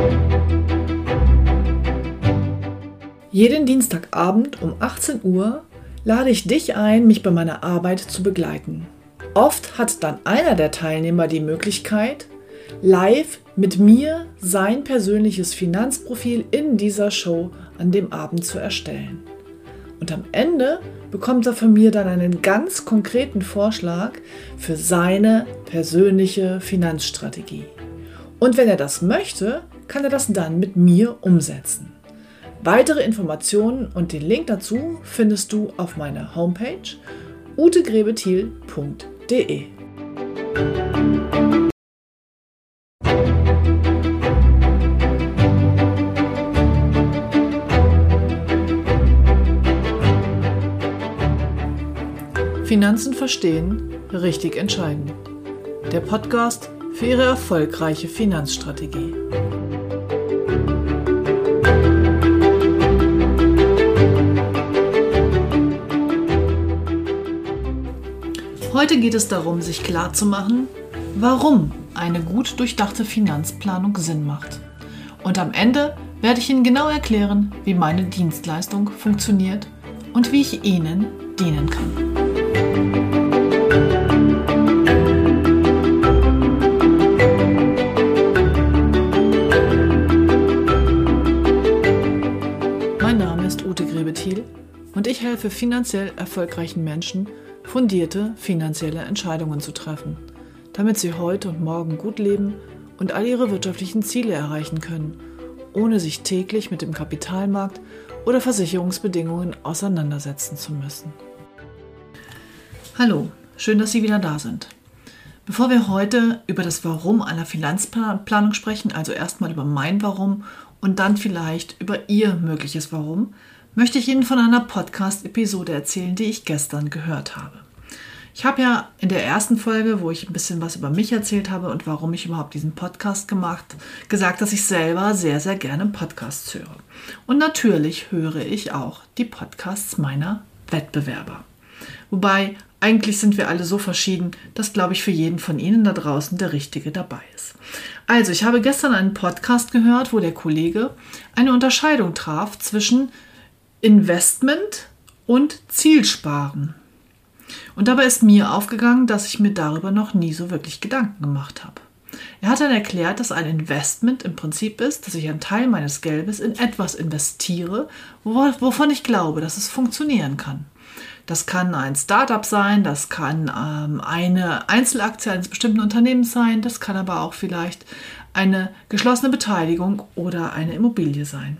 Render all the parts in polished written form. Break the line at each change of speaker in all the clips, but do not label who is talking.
Jeden Dienstagabend um 18 Uhr lade ich dich ein, mich bei meiner Arbeit zu begleiten. Oft hat dann einer der Teilnehmer die Möglichkeit, live mit mir sein persönliches Finanzprofil in dieser Show an dem Abend zu erstellen. Und am Ende bekommt er von mir dann einen ganz konkreten Vorschlag für seine persönliche Finanzstrategie. Und wenn er das möchte, kann er das dann mit mir umsetzen. Weitere Informationen und den Link dazu findest du auf meiner Homepage utegrebethiel.de. Finanzen verstehen, richtig entscheiden. Der Podcast für Ihre erfolgreiche Finanzstrategie. Heute geht es darum, sich klarzumachen, warum eine gut durchdachte Finanzplanung Sinn macht. Und am Ende werde ich Ihnen genau erklären, wie meine Dienstleistung funktioniert und wie ich Ihnen dienen kann. Mein Name ist Ute Grebethiel und ich helfe finanziell erfolgreichen Menschen, fundierte finanzielle Entscheidungen zu treffen, damit sie heute und morgen gut leben und all ihre wirtschaftlichen Ziele erreichen können, ohne sich täglich mit dem Kapitalmarkt oder Versicherungsbedingungen auseinandersetzen zu müssen. Hallo, schön, dass Sie wieder da sind. Bevor wir heute über das Warum einer Finanzplanung sprechen, also erstmal über mein Warum und dann vielleicht über Ihr mögliches Warum, möchte ich Ihnen von einer Podcast-Episode erzählen, die ich gestern gehört habe. Ich habe ja in der ersten Folge, wo ich ein bisschen was über mich erzählt habe und warum ich überhaupt diesen Podcast gesagt, dass ich selber sehr, sehr gerne Podcasts höre. Und natürlich höre ich auch die Podcasts meiner Wettbewerber. Wobei, eigentlich sind wir alle so verschieden, dass, glaube ich, für jeden von Ihnen da draußen der Richtige dabei ist. Also, ich habe gestern einen Podcast gehört, wo der Kollege eine Unterscheidung traf zwischen Investment und Zielsparen. Und dabei ist mir aufgegangen, dass ich mir darüber noch nie so wirklich Gedanken gemacht habe. Er hat dann erklärt, dass ein Investment im Prinzip ist, dass ich einen Teil meines Geldes in etwas investiere, wovon ich glaube, dass es funktionieren kann. Das kann ein Startup sein, das kann eine Einzelaktie eines bestimmten Unternehmens sein, das kann aber auch vielleicht eine geschlossene Beteiligung oder eine Immobilie sein.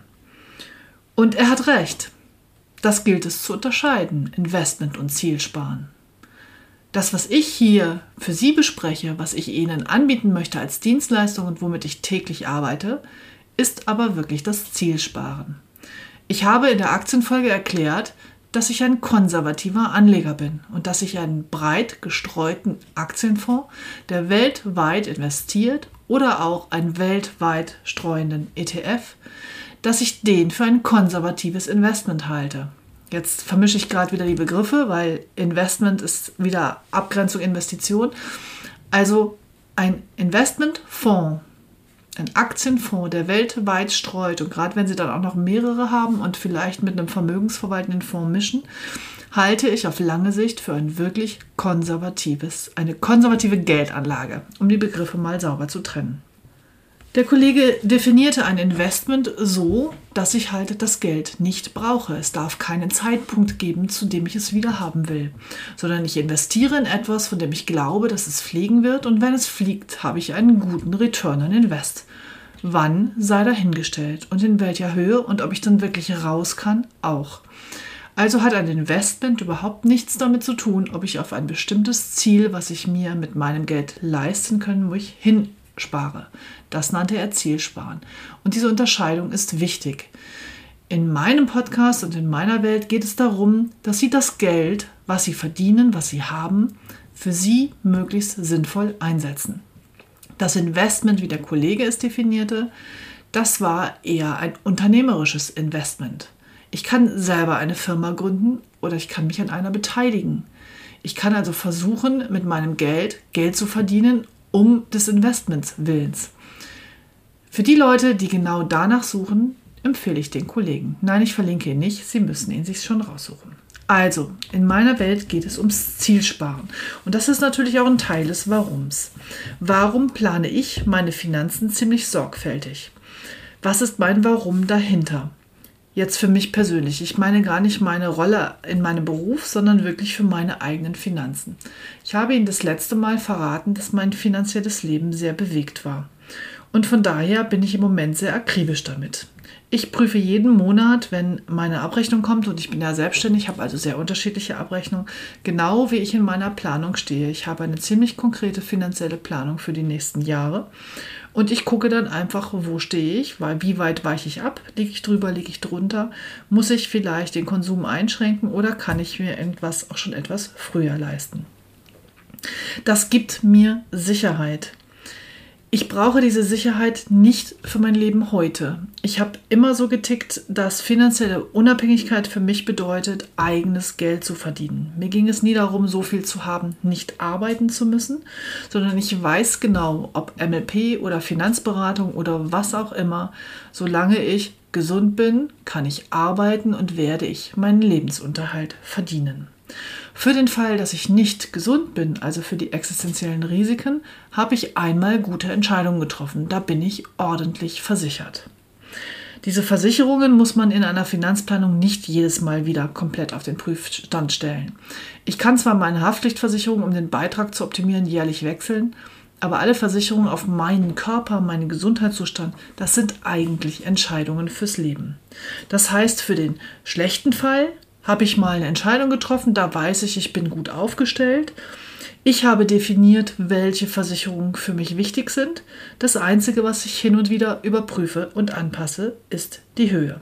Und er hat recht. Das gilt es zu unterscheiden, Investment und Zielsparen. Das, was ich hier für Sie bespreche, was ich Ihnen anbieten möchte als Dienstleistung und womit ich täglich arbeite, ist aber wirklich das Zielsparen. Ich habe in der Aktienfolge erklärt, dass ich ein konservativer Anleger bin und dass ich einen breit gestreuten Aktienfonds, der weltweit investiert oder auch einen weltweit streuenden ETF, dass ich den für ein konservatives Investment halte. Jetzt vermische ich gerade wieder die Begriffe, weil Investment ist wieder Abgrenzung Investition. Also ein Investmentfonds, ein Aktienfonds, der weltweit streut und gerade wenn Sie dann auch noch mehrere haben und vielleicht mit einem vermögensverwaltenden Fonds mischen, halte ich auf lange Sicht für eine konservative Geldanlage, um die Begriffe mal sauber zu trennen. Der Kollege definierte ein Investment so, dass ich halt das Geld nicht brauche. Es darf keinen Zeitpunkt geben, zu dem ich es wieder haben will, sondern ich investiere in etwas, von dem ich glaube, dass es fliegen wird und wenn es fliegt, habe ich einen guten Return on Invest. Wann sei dahingestellt und in welcher Höhe und ob ich dann wirklich raus kann, auch. Also hat ein Investment überhaupt nichts damit zu tun, ob ich auf ein bestimmtes Ziel, was ich mir mit meinem Geld leisten kann, wo ich hinspare. Das nannte er Zielsparen. Und diese Unterscheidung ist wichtig. In meinem Podcast und in meiner Welt geht es darum, dass Sie das Geld, was Sie verdienen, was Sie haben, für Sie möglichst sinnvoll einsetzen. Das Investment, wie der Kollege es definierte, das war eher ein unternehmerisches Investment. Ich kann selber eine Firma gründen oder ich kann mich an einer beteiligen. Ich kann also versuchen, mit meinem Geld Geld zu verdienen, um des Investments willens. Für die Leute, die genau danach suchen, empfehle ich den Kollegen. Nein, ich verlinke ihn nicht, Sie müssen ihn sich schon raussuchen. Also, in meiner Welt geht es ums Zielsparen. Und das ist natürlich auch ein Teil des Warums. Warum plane ich meine Finanzen ziemlich sorgfältig? Was ist mein Warum dahinter? Jetzt für mich persönlich. Ich meine gar nicht meine Rolle in meinem Beruf, sondern wirklich für meine eigenen Finanzen. Ich habe Ihnen das letzte Mal verraten, dass mein finanzielles Leben sehr bewegt war. Und von daher bin ich im Moment sehr akribisch damit. Ich prüfe jeden Monat, wenn meine Abrechnung kommt, und ich bin ja selbstständig, habe also sehr unterschiedliche Abrechnungen, genau wie ich in meiner Planung stehe. Ich habe eine ziemlich konkrete finanzielle Planung für die nächsten Jahre und ich gucke dann einfach, wo stehe ich, wie weit weiche ich ab, liege ich drüber, liege ich drunter, muss ich vielleicht den Konsum einschränken oder kann ich mir irgendwas auch schon etwas früher leisten. Das gibt mir Sicherheit. Ich brauche diese Sicherheit nicht für mein Leben heute. Ich habe immer so getickt, dass finanzielle Unabhängigkeit für mich bedeutet, eigenes Geld zu verdienen. Mir ging es nie darum, so viel zu haben, nicht arbeiten zu müssen, sondern ich weiß genau, ob MLP oder Finanzberatung oder was auch immer, solange ich gesund bin, kann ich arbeiten und werde ich meinen Lebensunterhalt verdienen. Für den Fall, dass ich nicht gesund bin, also für die existenziellen Risiken, habe ich einmal gute Entscheidungen getroffen. Da bin ich ordentlich versichert. Diese Versicherungen muss man in einer Finanzplanung nicht jedes Mal wieder komplett auf den Prüfstand stellen. Ich kann zwar meine Haftpflichtversicherung, um den Beitrag zu optimieren, jährlich wechseln, aber alle Versicherungen auf meinen Körper, meinen Gesundheitszustand, das sind eigentlich Entscheidungen fürs Leben. Das heißt, für den schlechten Fall habe ich mal eine Entscheidung getroffen, da weiß ich, ich bin gut aufgestellt. Ich habe definiert, welche Versicherungen für mich wichtig sind. Das Einzige, was ich hin und wieder überprüfe und anpasse, ist die Höhe.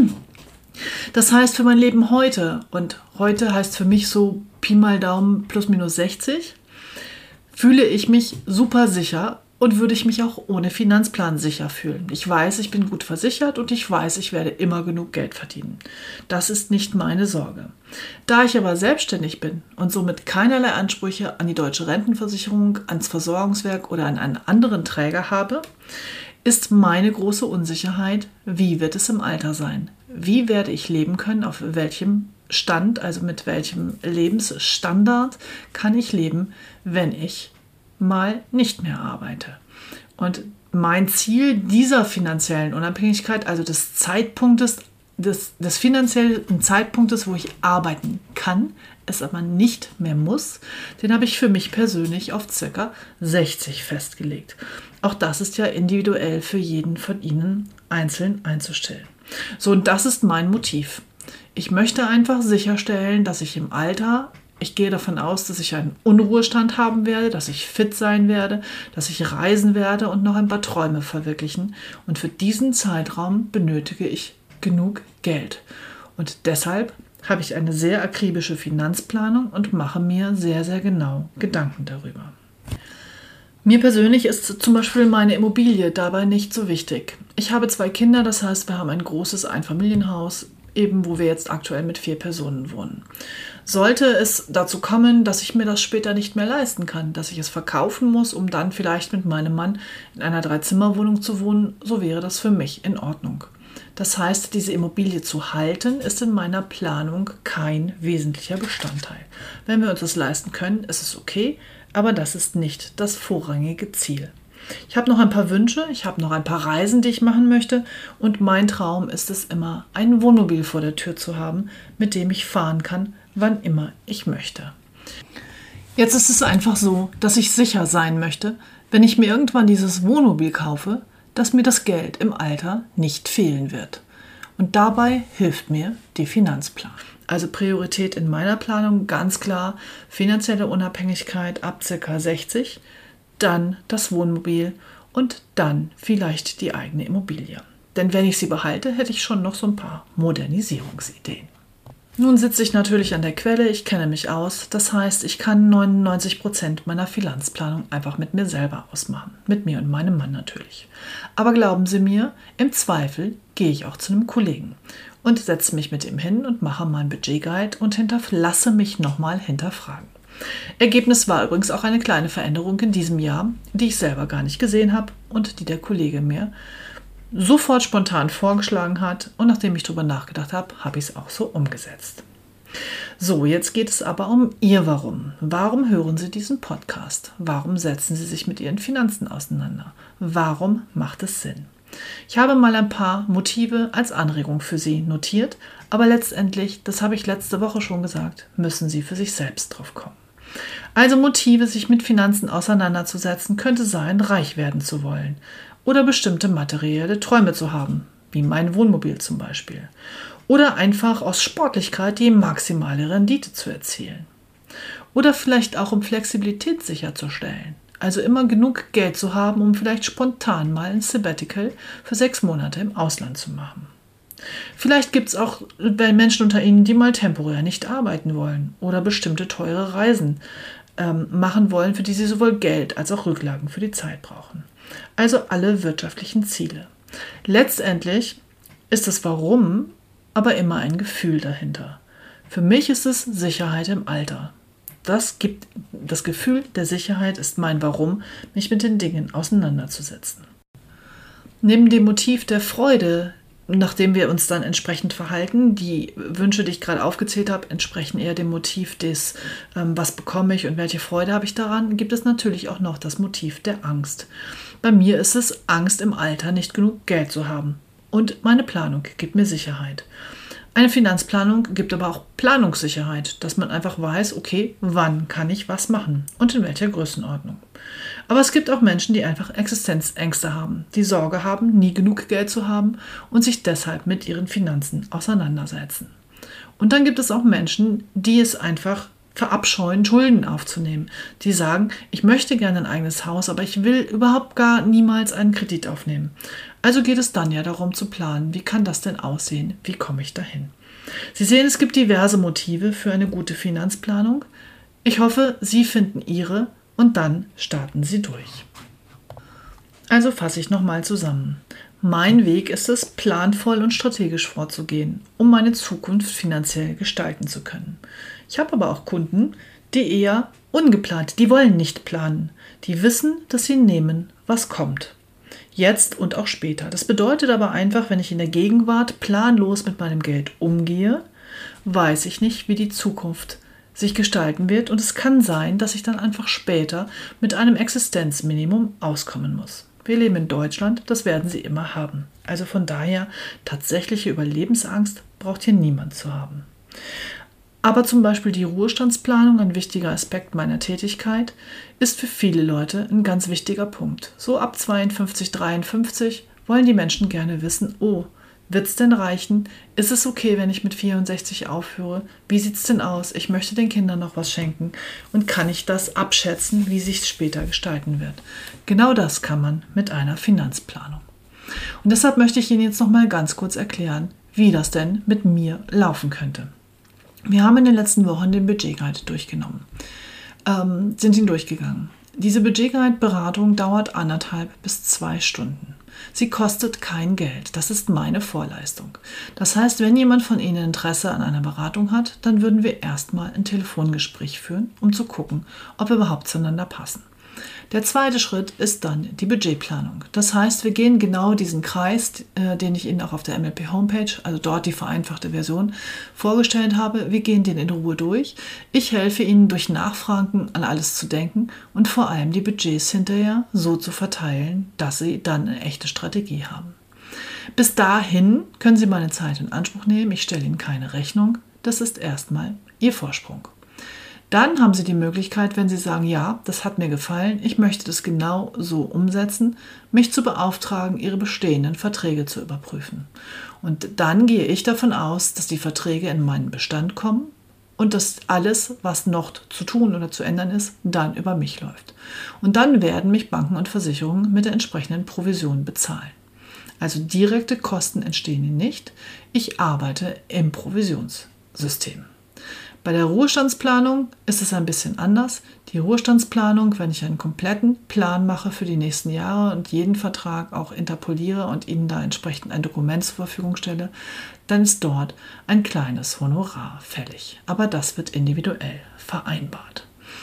Das heißt für mein Leben heute, und heute heißt für mich so Pi mal Daumen plus minus 60, fühle ich mich super sicher und würde ich mich auch ohne Finanzplan sicher fühlen. Ich weiß, ich bin gut versichert und ich weiß, ich werde immer genug Geld verdienen. Das ist nicht meine Sorge. Da ich aber selbstständig bin und somit keinerlei Ansprüche an die deutsche Rentenversicherung, ans Versorgungswerk oder an einen anderen Träger habe, ist meine große Unsicherheit, wie wird es im Alter sein? Wie werde ich leben können? Auf welchem Stand, also mit welchem Lebensstandard kann ich leben, wenn ich mal nicht mehr arbeite? Und mein Ziel dieser finanziellen Unabhängigkeit, also des Zeitpunktes, des finanziellen Zeitpunktes, wo ich arbeiten kann, es aber nicht mehr muss, den habe ich für mich persönlich auf ca. 60 festgelegt. Auch das ist ja individuell für jeden von Ihnen einzeln einzustellen. So, und das ist mein Motiv. Ich möchte einfach sicherstellen, dass ich im Alter, ich gehe davon aus, dass ich einen Unruhestand haben werde, dass ich fit sein werde, dass ich reisen werde und noch ein paar Träume verwirklichen. Und für diesen Zeitraum benötige ich genug Geld. Und deshalb habe ich eine sehr akribische Finanzplanung und mache mir sehr, sehr genau Gedanken darüber. Mir persönlich ist zum Beispiel meine Immobilie dabei nicht so wichtig. Ich habe 2 Kinder, das heißt, wir haben ein großes Einfamilienhaus, eben wo wir jetzt aktuell mit 4 Personen wohnen. Sollte es dazu kommen, dass ich mir das später nicht mehr leisten kann, dass ich es verkaufen muss, um dann vielleicht mit meinem Mann in einer 3-Zimmer-Wohnung zu wohnen, so wäre das für mich in Ordnung. Das heißt, diese Immobilie zu halten, ist in meiner Planung kein wesentlicher Bestandteil. Wenn wir uns das leisten können, ist es okay, aber das ist nicht das vorrangige Ziel. Ich habe noch ein paar Wünsche, ich habe noch ein paar Reisen, die ich machen möchte, und mein Traum ist es immer, ein Wohnmobil vor der Tür zu haben, mit dem ich fahren kann, wann immer ich möchte. Jetzt ist es einfach so, dass ich sicher sein möchte, wenn ich mir irgendwann dieses Wohnmobil kaufe, dass mir das Geld im Alter nicht fehlen wird. Und dabei hilft mir die Finanzplanung. Also Priorität in meiner Planung ganz klar finanzielle Unabhängigkeit ab ca. 60, dann das Wohnmobil und dann vielleicht die eigene Immobilie. Denn wenn ich sie behalte, hätte ich schon noch so ein paar Modernisierungsideen. Nun sitze ich natürlich an der Quelle, ich kenne mich aus. Das heißt, ich kann 99% meiner Finanzplanung einfach mit mir selber ausmachen. Mit mir und meinem Mann natürlich. Aber glauben Sie mir, im Zweifel gehe ich auch zu einem Kollegen und setze mich mit ihm hin und mache meinen Budgetguide und lasse mich nochmal hinterfragen. Ergebnis war übrigens auch eine kleine Veränderung in diesem Jahr, die ich selber gar nicht gesehen habe und die der Kollege mir sofort spontan vorgeschlagen hat und nachdem ich darüber nachgedacht habe, habe ich es auch so umgesetzt. So, jetzt geht es aber um Ihr Warum. Warum hören Sie diesen Podcast? Warum setzen Sie sich mit Ihren Finanzen auseinander? Warum macht es Sinn? Ich habe mal ein paar Motive als Anregung für Sie notiert, aber letztendlich, das habe ich letzte Woche schon gesagt, müssen Sie für sich selbst drauf kommen. Also Motive, sich mit Finanzen auseinanderzusetzen, könnte sein, reich werden zu wollen oder bestimmte materielle Träume zu haben, wie mein Wohnmobil zum Beispiel. Oder einfach aus Sportlichkeit die maximale Rendite zu erzielen. Oder vielleicht auch um Flexibilität sicherzustellen. Also immer genug Geld zu haben, um vielleicht spontan mal ein Sabbatical für 6 Monate im Ausland zu machen. Vielleicht gibt es auch Menschen unter Ihnen, die mal temporär nicht arbeiten wollen oder bestimmte teure Reisen machen wollen, für die sie sowohl Geld als auch Rücklagen für die Zeit brauchen. Also alle wirtschaftlichen Ziele. Letztendlich ist das Warum aber immer ein Gefühl dahinter. Für mich ist es Sicherheit im Alter. Das Gefühl der Sicherheit ist mein Warum, mich mit den Dingen auseinanderzusetzen. Neben dem Motiv der Freude, nachdem wir uns dann entsprechend verhalten, die Wünsche, die ich gerade aufgezählt habe, entsprechen eher dem Motiv des, was bekomme ich und welche Freude habe ich daran, gibt es natürlich auch noch das Motiv der Angst. Bei mir ist es Angst im Alter, nicht genug Geld zu haben. Und meine Planung gibt mir Sicherheit. Eine Finanzplanung gibt aber auch Planungssicherheit, dass man einfach weiß, okay, wann kann ich was machen und in welcher Größenordnung. Aber es gibt auch Menschen, die einfach Existenzängste haben, die Sorge haben, nie genug Geld zu haben und sich deshalb mit ihren Finanzen auseinandersetzen. Und dann gibt es auch Menschen, die es einfach verabscheuen, Schulden aufzunehmen. Die sagen, ich möchte gerne ein eigenes Haus, aber ich will überhaupt gar niemals einen Kredit aufnehmen. Also geht es dann ja darum zu planen, wie kann das denn aussehen, wie komme ich dahin. Sie sehen, es gibt diverse Motive für eine gute Finanzplanung. Ich hoffe, Sie finden Ihre und dann starten Sie durch. Also fasse ich nochmal zusammen. Mein Weg ist es, planvoll und strategisch vorzugehen, um meine Zukunft finanziell gestalten zu können. Ich habe aber auch Kunden, die eher ungeplant, die wollen nicht planen. Die wissen, dass sie nehmen, was kommt. Jetzt und auch später. Das bedeutet aber einfach, wenn ich in der Gegenwart planlos mit meinem Geld umgehe, weiß ich nicht, wie die Zukunft sich gestalten wird und es kann sein, dass ich dann einfach später mit einem Existenzminimum auskommen muss. Wir leben in Deutschland, das werden Sie immer haben. Also von daher, tatsächliche Überlebensangst braucht hier niemand zu haben. Aber zum Beispiel die Ruhestandsplanung, ein wichtiger Aspekt meiner Tätigkeit, ist für viele Leute ein ganz wichtiger Punkt. So ab 52, 53 wollen die Menschen gerne wissen, oh, wird es denn reichen? Ist es okay, wenn ich mit 64 aufhöre? Wie sieht es denn aus? Ich möchte den Kindern noch was schenken. Und kann ich das abschätzen, wie sich es später gestalten wird? Genau das kann man mit einer Finanzplanung. Und deshalb möchte ich Ihnen jetzt noch mal ganz kurz erklären, wie das denn mit mir laufen könnte. Wir haben in den letzten Wochen den Budgetguide durchgenommen, sind ihn durchgegangen. Diese Budgetguide-Beratung dauert 1,5 bis 2 Stunden. Sie kostet kein Geld. Das ist meine Vorleistung. Das heißt, wenn jemand von Ihnen Interesse an einer Beratung hat, dann würden wir erstmal ein Telefongespräch führen, um zu gucken, ob wir überhaupt zueinander passen. Der zweite Schritt ist dann die Budgetplanung. Das heißt, wir gehen genau diesen Kreis, den ich Ihnen auch auf der MLP Homepage, also dort die vereinfachte Version, vorgestellt habe. Wir gehen den in Ruhe durch. Ich helfe Ihnen durch Nachfragen an alles zu denken und vor allem die Budgets hinterher so zu verteilen, dass Sie dann eine echte Strategie haben. Bis dahin können Sie meine Zeit in Anspruch nehmen. Ich stelle Ihnen keine Rechnung. Das ist erstmal Ihr Vorsprung. Dann haben Sie die Möglichkeit, wenn Sie sagen, ja, das hat mir gefallen, ich möchte das genau so umsetzen, mich zu beauftragen, Ihre bestehenden Verträge zu überprüfen. Und dann gehe ich davon aus, dass die Verträge in meinen Bestand kommen und dass alles, was noch zu tun oder zu ändern ist, dann über mich läuft. Und dann werden mich Banken und Versicherungen mit der entsprechenden Provision bezahlen. Also direkte Kosten entstehen nicht, ich arbeite im Provisionssystem. Bei der Ruhestandsplanung ist es ein bisschen anders. Die Ruhestandsplanung, wenn ich einen kompletten Plan mache für die nächsten Jahre und jeden Vertrag auch interpoliere und Ihnen da entsprechend ein Dokument zur Verfügung stelle, dann ist dort ein kleines Honorar fällig. Aber das wird individuell vereinbart.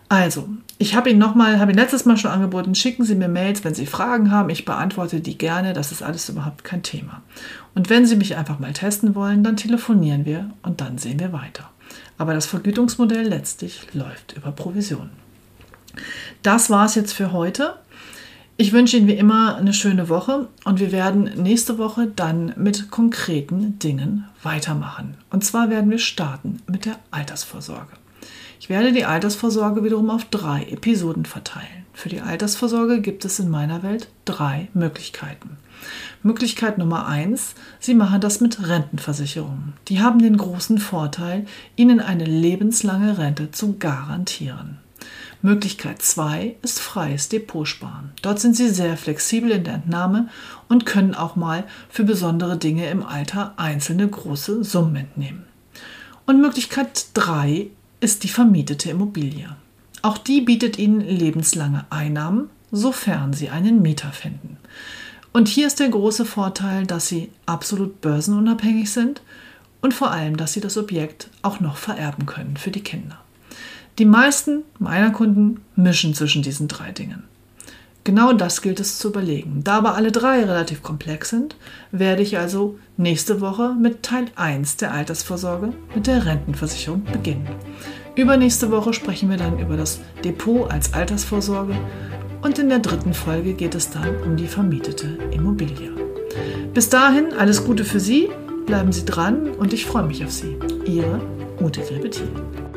Also, ich habe Ihnen letztes Mal schon angeboten, schicken Sie mir Mails, wenn Sie Fragen haben. Ich beantworte die gerne, das ist alles überhaupt kein Thema. Und wenn Sie mich einfach mal testen wollen, dann telefonieren wir und dann sehen wir weiter. Aber das Vergütungsmodell letztlich läuft über Provision. Das war es jetzt für heute. Ich wünsche Ihnen wie immer eine schöne Woche und wir werden nächste Woche dann mit konkreten Dingen weitermachen. Und zwar werden wir starten mit der Altersvorsorge. Ich werde die Altersvorsorge wiederum auf 3 Episoden verteilen. Für die Altersvorsorge gibt es in meiner Welt 3 Möglichkeiten. Möglichkeit Nummer 1, Sie machen das mit Rentenversicherungen. Die haben den großen Vorteil, Ihnen eine lebenslange Rente zu garantieren. Möglichkeit 2 ist freies Depotsparen. Dort sind Sie sehr flexibel in der Entnahme und können auch mal für besondere Dinge im Alter einzelne große Summen entnehmen. Und Möglichkeit 3 ist die vermietete Immobilie. Auch die bietet Ihnen lebenslange Einnahmen, sofern Sie einen Mieter finden. Und hier ist der große Vorteil, dass Sie absolut börsenunabhängig sind und vor allem, dass Sie das Objekt auch noch vererben können für die Kinder. Die meisten meiner Kunden mischen zwischen diesen 3 Dingen. Genau das gilt es zu überlegen. Da aber alle 3 relativ komplex sind, werde ich also nächste Woche mit Teil 1 der Altersvorsorge mit der Rentenversicherung beginnen. Übernächste Woche sprechen wir dann über das Depot als Altersvorsorge und in der 3. Folge geht es dann um die vermietete Immobilie. Bis dahin alles Gute für Sie, bleiben Sie dran und ich freue mich auf Sie. Ihre Ute Grebethin.